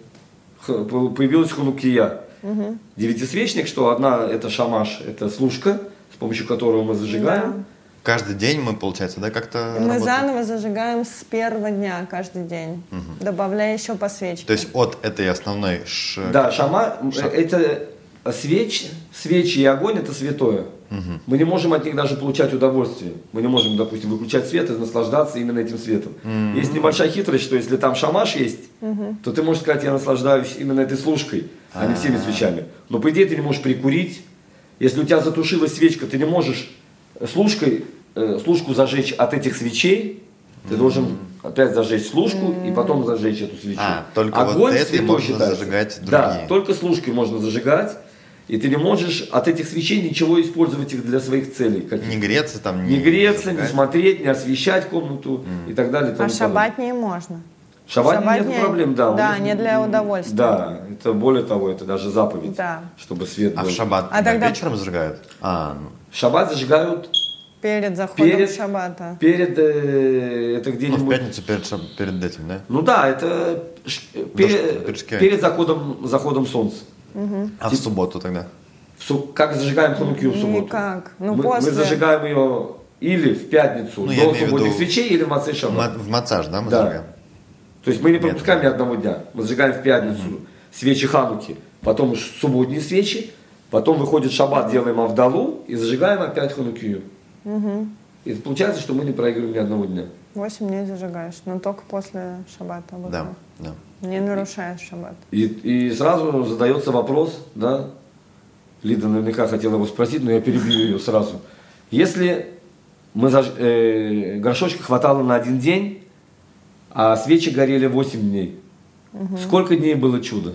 появилась ханукия. Угу. Девятисвечник, что одна это шамаш, это служка, с помощью которого мы зажигаем. Да. Каждый день мы, получается, да, как-то Мы работаем? заново зажигаем с первого дня каждый день, угу. добавляя еще по свечке. То есть от этой основной... Ш... Да, шама, Ша... это свеч, свечи и огонь, это святое. Угу. Мы не можем от них даже получать удовольствие. Мы не можем, допустим, выключать свет и наслаждаться именно этим светом. Угу. Есть небольшая хитрость, что если там шамаш есть, угу. то ты можешь сказать, я наслаждаюсь именно этой служкой, а не всеми свечами. Но по идее ты не можешь прикурить. Если у тебя затушилась свечка, ты не можешь служкой, э, служку зажечь от этих свечей. Ты mm-hmm. должен опять зажечь служку mm-hmm. и потом зажечь эту свечу. А, только огонь вот этой можно считается. Зажигать другие. Да, только служкой можно зажигать. И ты не можешь от этих свечей ничего использовать их для своих целей. Не греться там, не, не греться, не смотреть, не освещать комнату mm. и так далее. А шаббатнее можно. Шаббатнее нет проблем, да. Да, не для удовольствия. Да, это более того, это даже заповедь, да. чтобы свет был. А в шаббат а тогда... вечером зажигают? А, ну. Шаббат зажигают перед заходом перед, шаббата. Перед, э, это где-нибудь... Ну, в пятницу перед, шаб... перед этим, да? Ну да, это перед, перед заходом, заходом солнца. Угу. А в субботу тогда? В суб... Как зажигаем ханукию в субботу? Никак. Ну, мы, после... мы зажигаем ее или в пятницу, ну, до субботних свечей, или в Моцей шаббат. В Моцей, да, мы да. зажигаем? То есть мы не пропускаем ни одного дня. Мы зажигаем в пятницу mm-hmm. свечи хануки, потом субботние свечи, потом выходит шаббат, делаем авдалу и зажигаем опять ханукию. Mm-hmm. И получается, что мы не проигрываем ни одного дня. Восемь дней зажигаешь, но только после шаббата. Да, да. Не нарушаешь шаббат. И, и сразу задается вопрос, да, Лида наверняка хотела его спросить, но я перебью ее сразу. Если мы заж... э, горшочка хватало на один день, а свечи горели восемь дней, угу. сколько дней было чудо?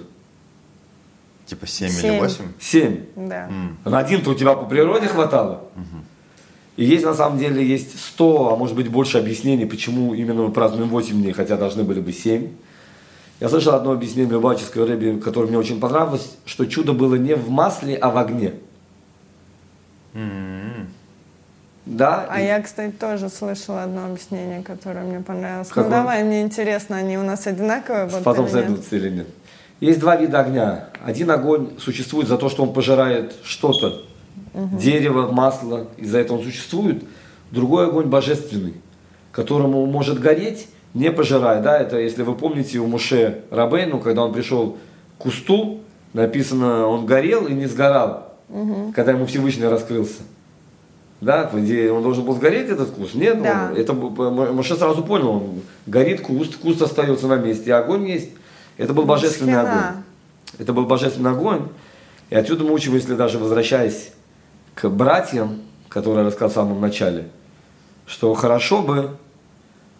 Типа семь или восемь? семь. Да. Mm. На один-то у тебя по природе хватало. Угу. И есть на самом деле есть сто, а может быть больше объяснений, почему именно мы празднуем восемь дней, хотя должны были бы семь. Я слышал одно объяснение Любавического рэби, которое мне очень понравилось, что чудо было не в масле, а в огне. Mm-hmm. Да? А и... я, кстати, тоже слышала одно объяснение, которое мне понравилось. Как ну он? Давай, мне интересно, они у нас одинаковые? Вот Потом или сойдутся или нет. Есть два вида огня. Один огонь существует за то, что он пожирает что-то, угу. дерево, масло, из-за этого он существует. Другой огонь божественный, которому может гореть, не пожирая. Да? Это, если вы помните, у Моше Рабейну, когда он пришел к кусту, написано, он горел и не сгорал, угу. когда ему Всевышний раскрылся. Да, по идее, он должен был сгореть, этот куст. Нет, да. он, это Моше сразу понял, он горит куст, куст остается на месте, а огонь есть. Это был божественный Шхина. огонь. Это был божественный огонь. И отсюда мы учим, если даже возвращаясь к братьям, которые я рассказал в самом начале, что хорошо бы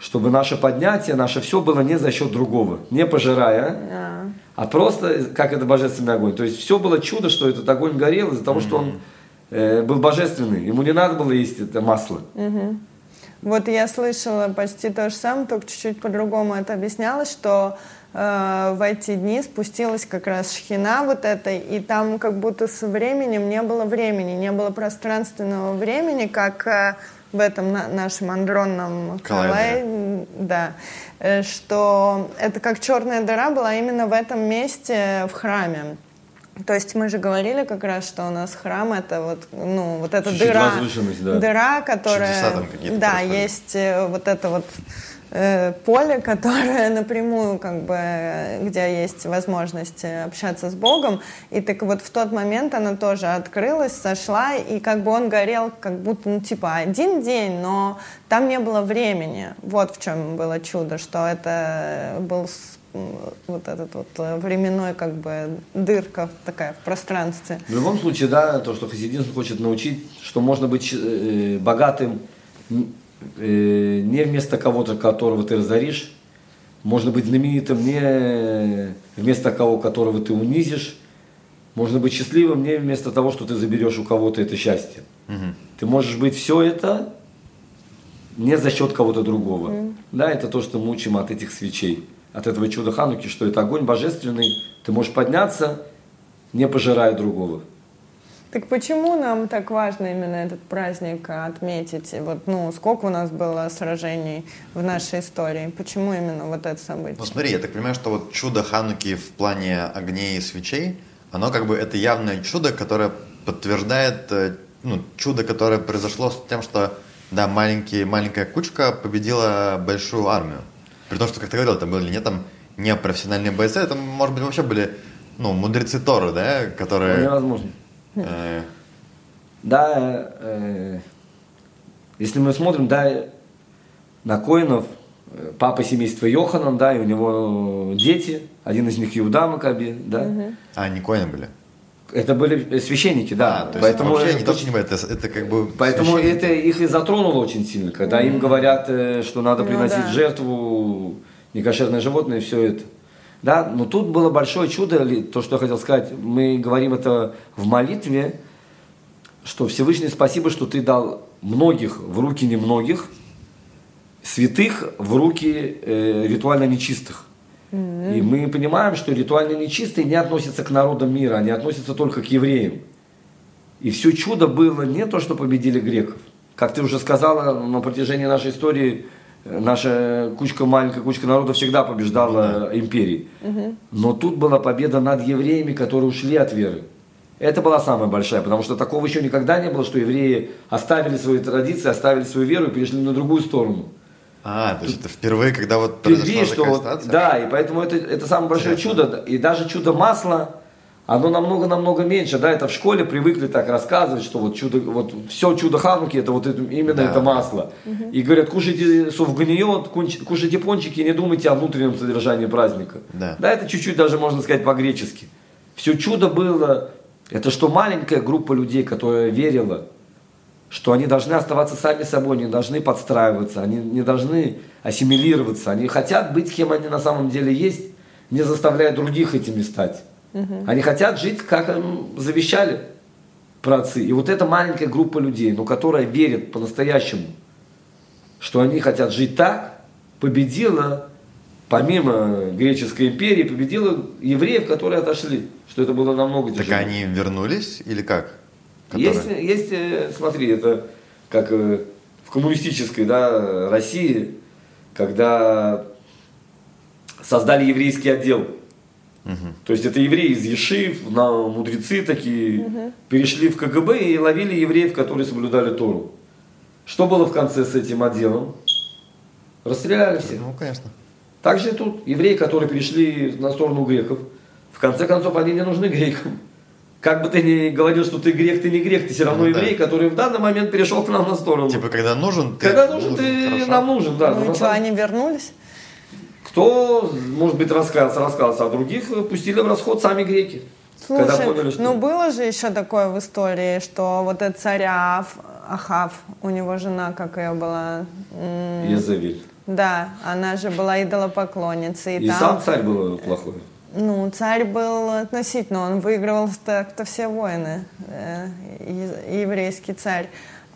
чтобы наше поднятие, наше все было не за счет другого, не пожирая, а, а просто как это божественный огонь. То есть все было чудо, что этот огонь горел из-за того, mm-hmm. что он э, был божественный. Ему не надо было есть это масло. Mm-hmm. Вот я слышала почти то же самое, только чуть-чуть по-другому это объяснялось, что э, в эти дни спустилась как раз шхина вот эта, и там как будто со временем не было времени, не было пространственного времени, как э, в этом на, нашем андронном коллайдере, да, э, что это как черная дыра была именно в этом месте в храме. То есть мы же говорили как раз, что у нас храм это вот, ну, вот эта чуть-чуть дыра, да. дыра, которая, да, происходят. Есть вот это вот э, поле, которое напрямую, как бы, где есть возможность общаться с Богом, и так вот в тот момент она тоже открылась, сошла, и как бы он горел, как будто, ну, типа один день, но там не было времени. Вот в чем было чудо, что это был вот этот вот временной как бы дырка такая в пространстве. В любом случае, да, то, что хасидизм хочет научить, что можно быть э, богатым э, не вместо кого-то, которого ты разоришь, можно быть знаменитым не вместо кого, которого ты унизишь, можно быть счастливым не вместо того, что ты заберешь у кого-то это счастье. Угу. Ты можешь быть все это не за счет кого-то другого. Угу. Да, это то, что мы учим от этих свечей. От этого чуда Хануки, что это огонь божественный, ты можешь подняться, не пожирая другого. Так почему нам так важно именно этот праздник отметить? Вот, ну, сколько у нас было сражений в нашей истории? Почему именно вот это событие? Ну смотри, я так понимаю, что вот чудо Хануки в плане огней и свечей, оно как бы это явное чудо, которое подтверждает, ну, чудо, которое произошло с тем, что, да, маленький, маленькая кучка победила большую армию. При том, что, как ты говорил, это были не там не профессиональные бойцы, это, может быть, вообще были, ну, мудрецы Торы, да, которые... Невозможно. Э... Да, э... если мы смотрим, да, на коинов, папа семейства Йоханан, да, и у него дети, один из них Иуда Макаби, да. Угу. А, они коины были? Это были священники, да. А, то поэтому есть вообще не то, что не это, это как бы поэтому это их и затронуло очень сильно, когда mm-hmm. им говорят, что надо приносить ну, да. жертву, некошерное животное, и все это. Да, но тут было большое чудо, то, что я хотел сказать, мы говорим это в молитве, что Всевышний спасибо, что ты дал многих в руки немногих, святых в руки э, ритуально нечистых. И мы понимаем, что ритуально нечистые не относятся к народам мира, они относятся только к евреям. И все чудо было не то, что победили греков. Как ты уже сказала, на протяжении нашей истории наша кучка, маленькая кучка народа всегда побеждала mm-hmm. империи. Mm-hmm. Но тут была победа над евреями, которые ушли от веры. Это была самая большая, потому что такого еще никогда не было, что евреи оставили свои традиции, оставили свою веру и перешли на другую сторону. А, то есть это впервые, когда вот произошла такая ситуация? Да, и поэтому это, это самое большое Интересно. чудо. И даже чудо масла, оно намного-намного меньше. Да, это в школе привыкли так рассказывать, что вот чудо, вот все чудо Хануки, это вот это, именно да. это масло. Угу. И говорят, кушайте совгниот, кушайте пончики, не думайте о внутреннем содержании праздника. Да. да, это чуть-чуть даже можно сказать по-гречески. Все чудо было, это что маленькая группа людей, которая верила, что они должны оставаться сами собой, не должны подстраиваться, они не должны ассимилироваться, они хотят быть кем они на самом деле есть, не заставляя других этими стать. Угу. Они хотят жить, как им завещали праотцы. И вот эта маленькая группа людей, но которая верит по-настоящему, что они хотят жить так, победила, помимо греческой империи, победила евреев, которые отошли, что это было намного тяжелее. Так они вернулись или как? Есть, есть, смотри, это как в коммунистической, да, России, когда создали еврейский отдел. Угу. То есть это евреи из Ешив, мудрецы такие, угу. перешли в ка гэ бэ и ловили евреев, которые соблюдали Тору. Что было в конце с этим отделом? Расстреляли всех. Ну, конечно. Также и тут евреи, которые перешли на сторону греков, в конце концов они не нужны грекам. Как бы ты ни говорил, что ты грек, ты не грек, ты все равно ну, еврей, да. который в данный момент перешел к нам на сторону. Типа, когда нужен, ты Когда нужен, ты хорошо. Нам нужен, да. Ну и что, они вернулись? Кто, может быть, раскаялся, раскаялся, а других пустили в расход сами греки. Слушай, когда поняли, что... ну было же еще такое в истории, что вот этот царь Ахав, Ахав, у него жена, как ее была? Езавель. Да, она же была идолопоклонницей. И, и там... сам царь был плохой. Ну, царь был относительно, он выигрывал так-то все войны, э, еврейский царь.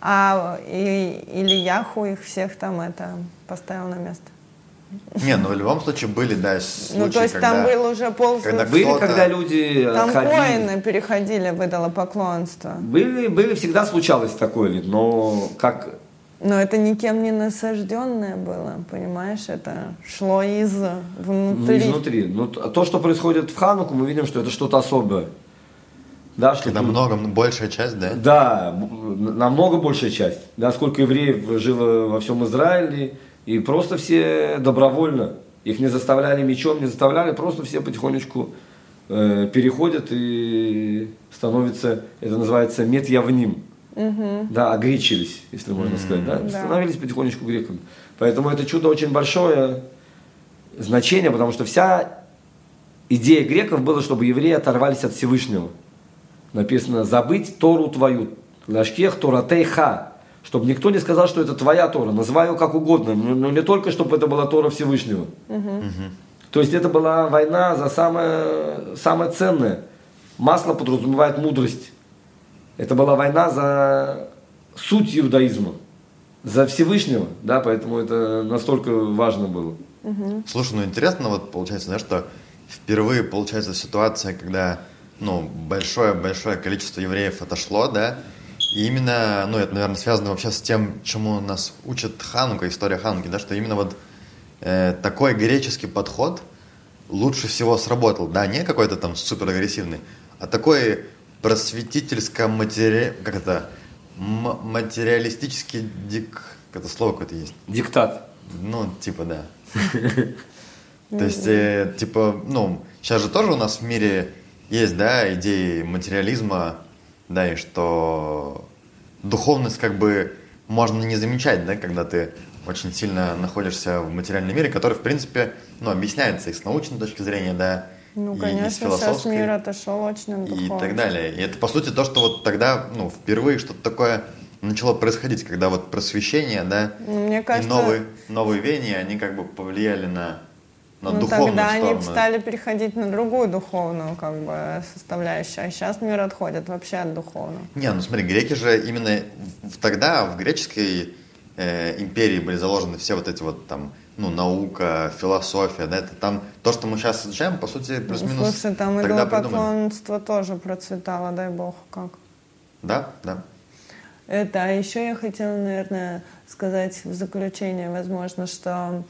А и, Ильяху их всех там это поставил на место. Не, ну в любом случае были, да, случаи, ну, то есть когда, там был уже пол... когда были, когда люди там отходили. воины переходили в идолопоклонство. Были, были, всегда случалось такое, но как... Но это никем не насажденное было, понимаешь? Это шло из внутри. Ну, изнутри. Ну, то, что происходит в Хануку, мы видим, что это что-то особое. Да, что когда много, большая часть, да? Да, намного большая часть. Да, сколько евреев жило во всем Израиле, и просто все добровольно. Их не заставляли мечом, не заставляли, просто все потихонечку э, переходят и становятся, это называется мет явним. Угу. Да, огречились, если можно mm-hmm. сказать, да? Да. Становились потихонечку греками. Поэтому это чудо очень большое значение, потому что вся идея греков была, чтобы евреи оторвались от Всевышнего. Написано «забыть Тору твою», «лашкех торатейха», чтобы никто не сказал, что это твоя Тора, называй ее как угодно, но не только, чтобы это была Тора Всевышнего. Угу. Угу. То есть это была война за самое, самое ценное. Масло подразумевает мудрость. Это была война за суть иудаизма, за Всевышнего, да, поэтому это настолько важно было. Угу. Слушай, ну интересно, вот получается, да, что впервые получается ситуация, когда, ну, большое-большое количество евреев отошло, да, и именно, ну, это, наверное, связано вообще с тем, чему нас учит Ханука, история Хануки, да, что именно вот э, такой греческий подход лучше всего сработал, да, не какой-то там суперагрессивный, а такой просветительско-матери... как это, М- материалистический дик... это слово какое-то есть? Диктат. Ну, типа, да. То есть, э, типа, ну, сейчас же тоже у нас в мире есть, да, идеи материализма, да, и что духовность как бы можно не замечать, да, когда ты очень сильно находишься в материальном мире, который, в принципе, ну, объясняется и с научной точки зрения, да, ну, и, конечно, и с философской, сейчас мир отошел очень от духовности. И так далее. И это, по сути, то, что вот тогда, ну, впервые что-то такое начало происходить, когда вот просвещение, да, Мне кажется, и новые, новые веяния, они как бы повлияли на, на ну, духовную тогда сторону. они стали переходить на другую духовную, как бы, составляющую, а сейчас мир отходит вообще от духовного. Не, ну смотри, греки же именно в, тогда в греческой э, империи были заложены все вот эти вот там, ну, наука, философия, да, это там то, что мы сейчас изучаем, по сути, плюс-минус. Слушай, там идолопоклонство тоже процветало, дай бог, как. Да, да. Это, а еще я хотела, наверное, сказать в заключение, возможно, что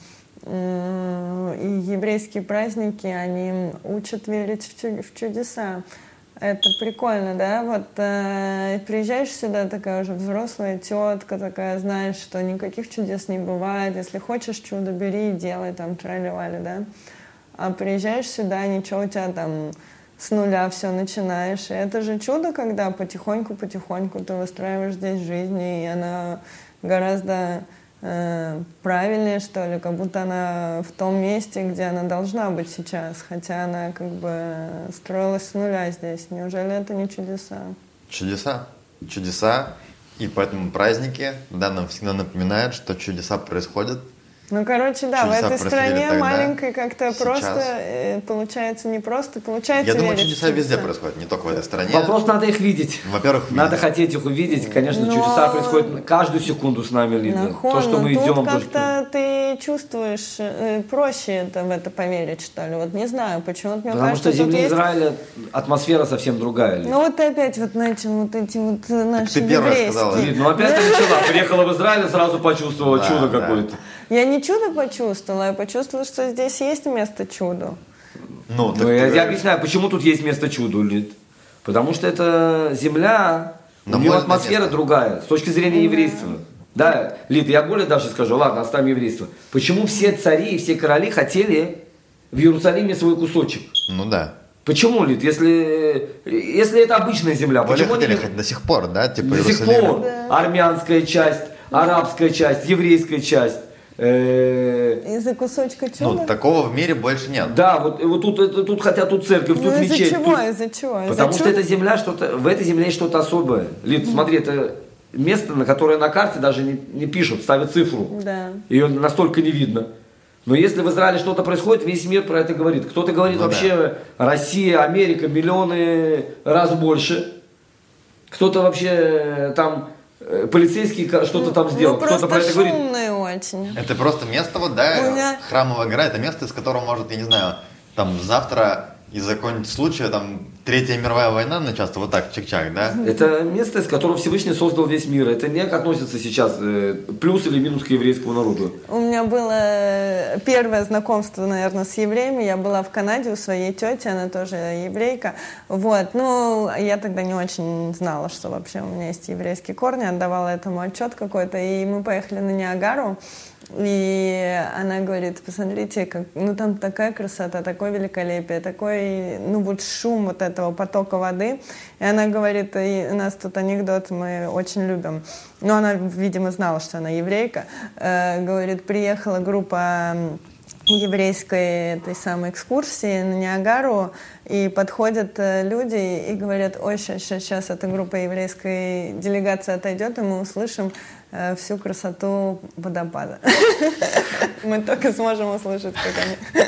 и еврейские праздники, они учат верить в чудеса. Это прикольно, да? Вот э, приезжаешь сюда, такая уже взрослая тетка, такая, знаешь, что никаких чудес не бывает. Если хочешь чудо, бери и делай, там, трали-вали, да? А приезжаешь сюда, ничего, у тебя там с нуля все начинаешь. И это же чудо, когда потихоньку-потихоньку ты выстраиваешь здесь жизнь, и она гораздо э, правильнее, что ли, как будто она в том месте, где она должна быть сейчас, хотя она как бы строилась с нуля здесь. Неужели это не чудеса? Чудеса. Чудеса. И поэтому праздники, да, нам всегда напоминают, что чудеса происходят. Ну, короче, да, чудеса в этой стране тогда, маленькой как-то сейчас. просто э, получается не просто, получается. Я думаю, верить чудеса везде происходят, не только в этой стране. Вопрос, надо их видеть. Во-первых, надо видеть. хотеть их увидеть. Конечно, Но... чудеса происходят каждую секунду с нами, Лида. Нахон, то, что мы тут идем, как-то то, что... ты чувствуешь э, проще это, в это поверить, что ли. Вот не знаю, почему. Мне Потому кажется, что в земле есть... Израиля атмосфера совсем другая. Лид. Ну вот ты опять вот начал вот эти вот наши ты первая еврейские. сказала. Лид, ну опять ты начала. Приехала в Израиль и сразу почувствовала Да, чудо да. какое-то. Я не чудо почувствовала, я почувствовала, что здесь есть место чуду. Ну, так Ну, я, ты- я объясняю, почему тут есть место чуду, Лид. Потому что это земля, На у нее мой атмосфера место. другая, с точки зрения еврейства. Да, Лид, я более даже скажу, ладно, оставим еврейство. Почему все цари и все короли хотели в Иерусалиме свой кусочек? Ну да. Почему, Лид, если, если это обычная земля? Более Почему хотели они... хоть до сих пор, да, типа До сих Иерусалим. пор армянская часть, арабская часть, еврейская часть. э, Из-за кусочка чуда? Ну, такого в мире больше нет. Да, вот, вот тут, это- тут хотят тут церковь, Ну, тут из-за мечеть. чего? тут- Из-за чего? Из-за Потому что чуда? эта земля что-то, в этой земле есть что-то особое. Лид, смотри, это место, на которое на карте даже не, не пишут, ставят цифру. Да. Ее настолько не видно. Но если в Израиле что-то происходит, весь мир про это говорит. Кто-то говорит ну, вообще да. Россия, Америка, миллионы раз больше. Кто-то вообще там полицейский что-то там сделал. Ну, кто-то про это говорит. Очень. Это просто место, вот, да, меня... Храмовая гора, это место, из которого может, я не знаю, там завтра из-за какого-нибудь случая, там, Третья мировая война начаться, вот так, чик-чак, да? Это место, из которого Всевышний создал весь мир. Это не относится сейчас э, плюс или минус к еврейскому народу. У меня было первое знакомство, наверное, с евреями. Я была в Канаде у своей тети, она тоже еврейка. Вот, ну, я тогда не очень знала, что вообще у меня есть еврейские корни, отдавала этому отчет какой-то, и мы поехали на Ниагару. И она говорит, посмотрите, как, ну там такая красота, такое великолепие, такой, ну вот шум вот этого потока воды. И она говорит, и у нас тут анекдот, мы очень любим. Но она, видимо, знала, что она еврейка. Э, говорит, приехала группа еврейской этой самой экскурсии на Ниагару, и подходят люди и говорят, ой, сейчас, сейчас, сейчас эта группа еврейской делегации отойдет, и мы услышим э, всю красоту водопада. Мы только сможем услышать, как они...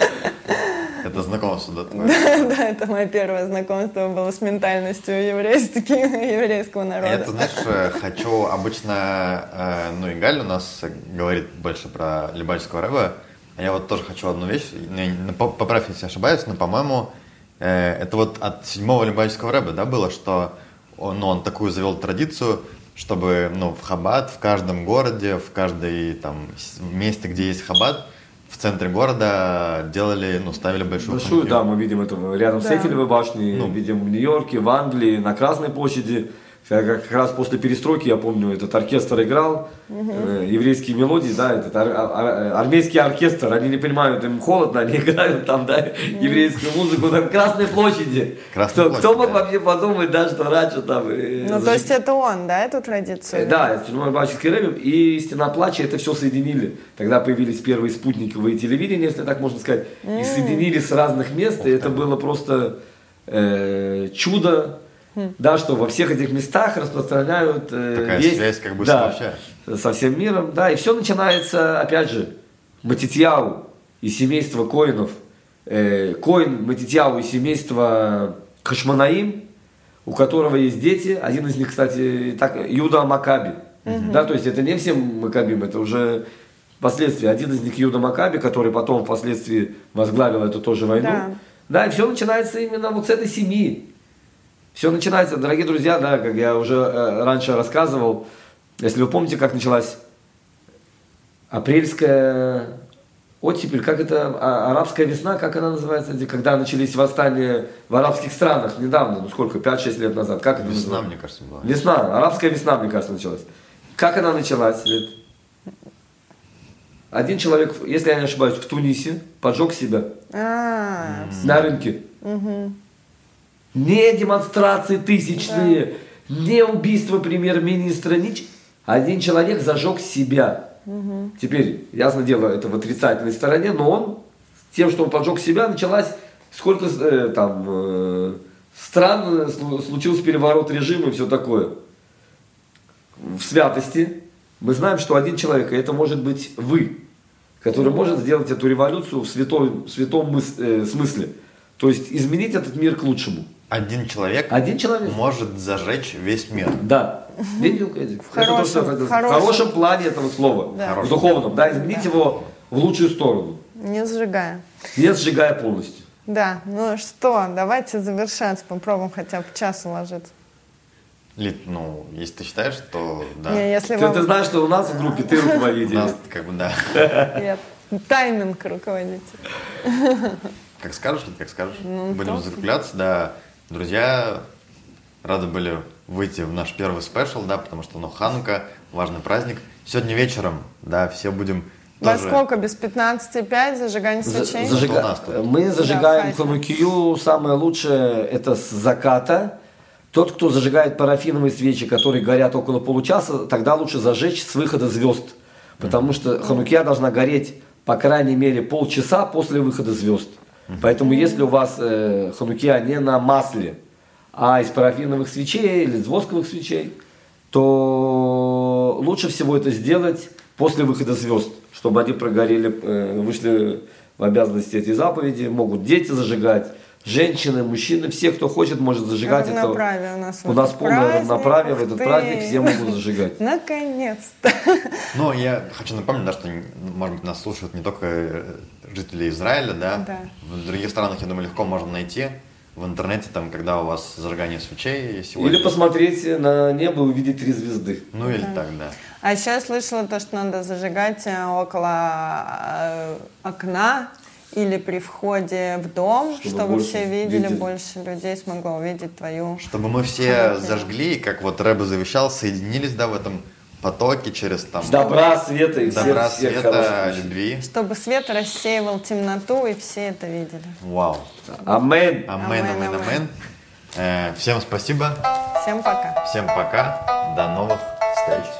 Это знакомство, да, твое? Да, да, это мое первое знакомство было с ментальностью еврейского народа. Я, ты знаешь, хочу обычно, ну и Галь у нас говорит больше про Любавичского рэба, а я вот тоже хочу одну вещь, поправь, если ошибаюсь, но, по-моему, это вот от седьмого Любавичского рэба, да, было, что он, ну, он такую завел традицию, чтобы, ну, в Хаббат, в каждом городе, в каждой, там, месте, где есть Хаббат, в центре города делали, ну, ставили большую Большую, хануку. да, мы видим это рядом да. с Эйфелевой башней, ну, видим в Нью-Йорке, в Англии, на Красной площади. Как раз после перестройки, я помню, этот оркестр играл, угу. э, еврейские мелодии, да, этот ар- ар- армейский оркестр, они не понимают, им холодно, они играют там, да, еврейскую музыку на Красной площади. Красной кто, площади, кто мог да. вообще подумать, да, что раньше там... Э, ну, защит... то есть это он, да, эту традицию? Э, да, седьмой Любавичский рэб и Стена плача, это все соединили. Тогда появились первые спутниковые телевидения, если так можно сказать, mm. и соединили с разных мест, и это было просто э, чудо. Да, что во всех этих местах распространяют э, такая весь, связь как бы да, вообще. со всем миром, да, и все начинается, опять же, Матитьяу и семейство Коинов, э, Коин, Матитьяу и семейство Хашмонаим, у которого есть дети, один из них, кстати, так, Юда Макаби, угу. да, то есть это не всем Макабим, это уже последствия, один из них Юда Макаби, который потом впоследствии возглавил эту тоже войну, да, да и все начинается именно вот с этой семьи. Все начинается, дорогие друзья, да, как я уже э, раньше рассказывал, если вы помните, как началась апрельская оттепель, как это, а, арабская весна, как она называется, когда начались восстания в арабских странах недавно, ну сколько, пять-шесть лет назад, как это Весна, называется? мне кажется, была. Весна, арабская весна, мне кажется, началась. Как она началась? Один человек, если я не ошибаюсь, в Тунисе поджег себя А-а-а. на рынке. Угу. Не демонстрации тысячные, да. не убийство премьер-министра, ничего. Один человек зажег себя. Угу. Теперь, ясно дело, это в отрицательной стороне, но он, тем, что он поджег себя, началась, сколько э, там э, стран случился переворот режима и все такое. В святости мы знаем, что один человек, и это может быть вы, который может сделать эту революцию в святой, в святом мыс, э, смысле. То есть изменить этот мир к лучшему. Один человек, Один человек может зажечь весь мир. Да. Видел, в, хорошем, то, в, в хорошем плане этого слова. Да. В духовном. Да, изменить да. его в лучшую сторону. Не сжигая. Не сжигая полностью. Да. Ну что, давайте завершать. Попробуем хотя бы час уложиться. Лид, ну, если ты считаешь, то да. Не, если ты, вам... ты знаешь, что у нас в группе ты руководитель. У нас, как бы, да. Нет. Тайминг руководитель. Как скажешь, как скажешь. Ну, Будем просто. закругляться, да. Друзья, рады были выйти в наш первый спешл, да, потому что, ну, Ханука, важный праздник. Сегодня вечером, да, все будем Во тоже... сколько? Без пятнадцати пять зажигание свечей? За, зажига... у нас тут? Мы зажигаем Да, ханукию, самое лучшее это с заката. Тот, кто зажигает парафиновые свечи, которые горят около получаса, тогда лучше зажечь с выхода звезд. Потому что ханукия должна гореть, по крайней мере, полчаса после выхода звезд. Поэтому, если у вас э, ханукия не на масле, а из парафиновых свечей или из восковых свечей, то лучше всего это сделать после выхода звезд, чтобы они прогорели, э, вышли в обязанности этой заповеди. Могут дети зажигать, женщины, мужчины, все, кто хочет, может зажигать. Равноправие у нас. У нас полное равноправие в этот праздник, все могут зажигать. Наконец-то. Ну, я хочу напомнить, да, что, может быть, нас слушают не только жители Израиля, да. Да. В других странах, я думаю, легко можно найти в интернете, там, когда у вас зажигание свечей сегодня. Или посмотреть на небо и увидеть три звезды. Ну, или так, да. А еще я слышала то, что надо зажигать около окна или при входе в дом, чтобы, чтобы все видели, видели, больше людей смогло увидеть твою... Чтобы мы все характер. Зажгли, как вот Рэбе завещал, соединились, да, в этом потоке через там... Добра, света и добра, всех, света, всех любви. Чтобы свет рассеивал темноту, и все это видели. Вау. Амен. Амен, амен, амен. Э, всем спасибо. Всем пока. Всем пока. До новых встреч.